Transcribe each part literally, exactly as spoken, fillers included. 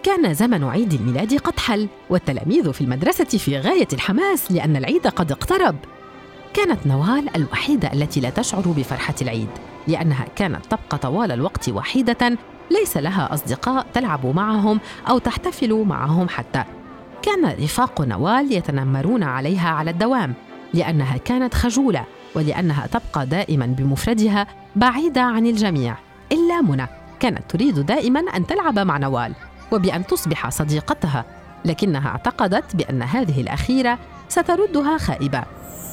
كان زمن عيد الميلاد قد حل، والتلاميذ في المدرسة في غاية الحماس لأن العيد قد اقترب. كانت نوال الوحيدة التي لا تشعر بفرحة العيد، لأنها كانت تبقى طوال الوقت وحيدة، ليس لها أصدقاء تلعب معهم أو تحتفل معهم حتى. كان رفاق نوال يتنمرون عليها على الدوام، لأنها كانت خجولة، ولأنها تبقى دائماً بمفردها بعيدة عن الجميع. إلا منى كانت تريد دائماً أن تلعب مع نوال وبأن تصبح صديقتها، لكنها اعتقدت بأن هذه الأخيرة ستردها خائبة.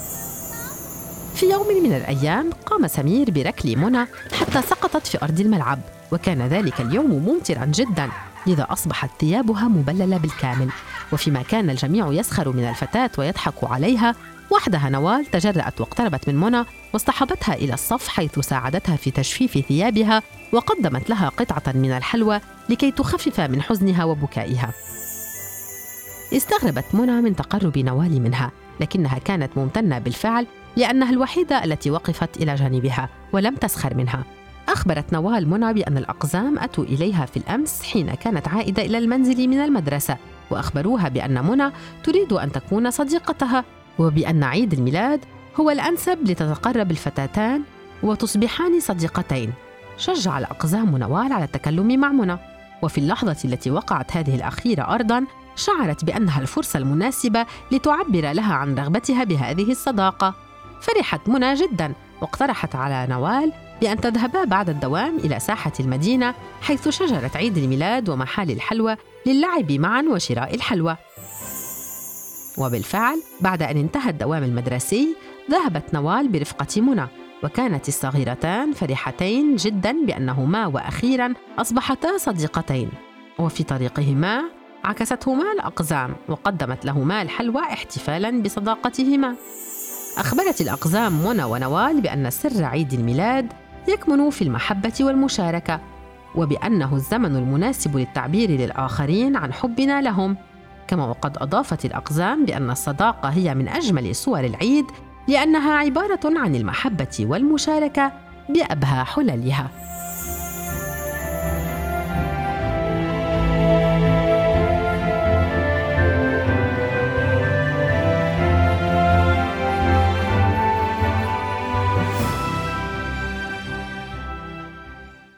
في يوم من الأيام قام سمير بركل منى حتى سقطت في أرض الملعب، وكان ذلك اليوم ممطراً جداً، لذا أصبحت ثيابها مبللة بالكامل. وفيما كان الجميع يسخر من الفتاة ويضحك عليها، وحدها نوال تجرأت واقتربت من منى واصطحبتها إلى الصف، حيث ساعدتها في تجفيف ثيابها وقدمت لها قطعة من الحلوى لكي تخفف من حزنها وبكائها. استغربت منى من تقرب نوال منها، لكنها كانت ممتنة بالفعل لأنها الوحيدة التي وقفت إلى جانبها ولم تسخر منها. أخبرت نوال منى بأن الأقزام أتوا إليها في الأمس حين كانت عائدة إلى المنزل من المدرسة، وأخبروها بأن منى تريد أن تكون صديقتها، وبأن عيد الميلاد هو الأنسب لتتقرب الفتاتان وتصبحان صديقتين. شجع الأقزام نوال على التكلم مع منى، وفي اللحظة التي وقعت هذه الأخيرة أرضاً شعرت بأنها الفرصة المناسبة لتعبر لها عن رغبتها بهذه الصداقة. فرحت منى جداً واقترحت على نوال بأن تذهبا بعد الدوام إلى ساحة المدينة، حيث شجرة عيد الميلاد ومحال الحلوى للعب معاً وشراء الحلوى. وبالفعل بعد أن انتهى الدوام المدرسي ذهبت نوال برفقة منى، وكانت الصغيرتان فرحتين جداً بأنهما وأخيراً أصبحتا صديقتين. وفي طريقهما عكستهما الأقزام وقدمت لهما الحلوى احتفالاً بصداقتهما. أخبرت الأقزام منى ونوال بأن سر عيد الميلاد يكمن في المحبة والمشاركة، وبأنه الزمن المناسب للتعبير للآخرين عن حبنا لهم. كما وقد أضافت الأقزام بأن الصداقة هي من أجمل صور العيد، لأنها عبارة عن المحبة والمشاركة بأبهى حللها.